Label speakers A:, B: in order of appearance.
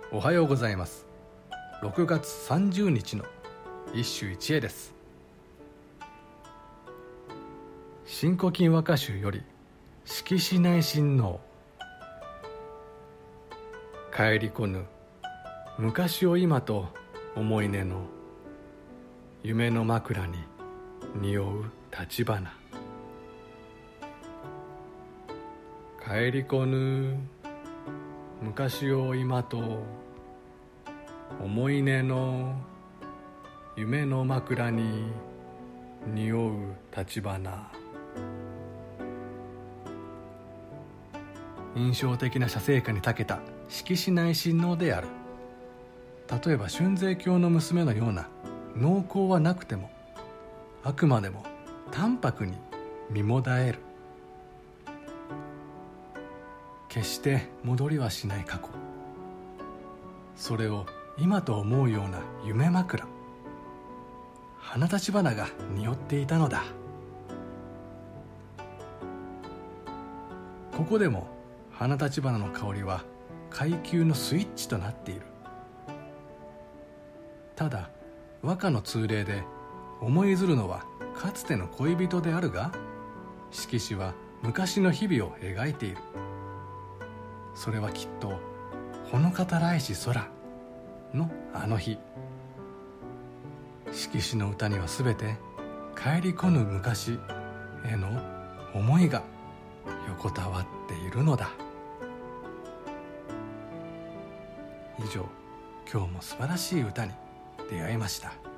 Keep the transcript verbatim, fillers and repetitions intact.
A: おはようございます。ろくがつさんじゅうにちの一首一会です。新古今和歌集より色紙内親王。帰り来ぬ昔を今と思い出の夢の枕に匂う立花。帰り来ぬ昔を今と思い出の夢の枕に匂う立花。印象的な写生家に長けた色紙内親王である。例えば春税卿の娘のような濃厚はなくても、あくまでも淡白に身もだえる。決して戻りはしない過去、それを今と思うような夢枕、花立花が匂っていたのだ。ここでも花立花の香りは階級のスイッチとなっている。ただ和歌の通例で思いずるのはかつての恋人であるが、色紙は昔の日々を描いている。それはきっとほのかたらいし空のあの日。色紙の歌にはすべて帰り来ぬ昔への思いが横たわっているのだ。以上、今日も素晴らしい歌に出会いました。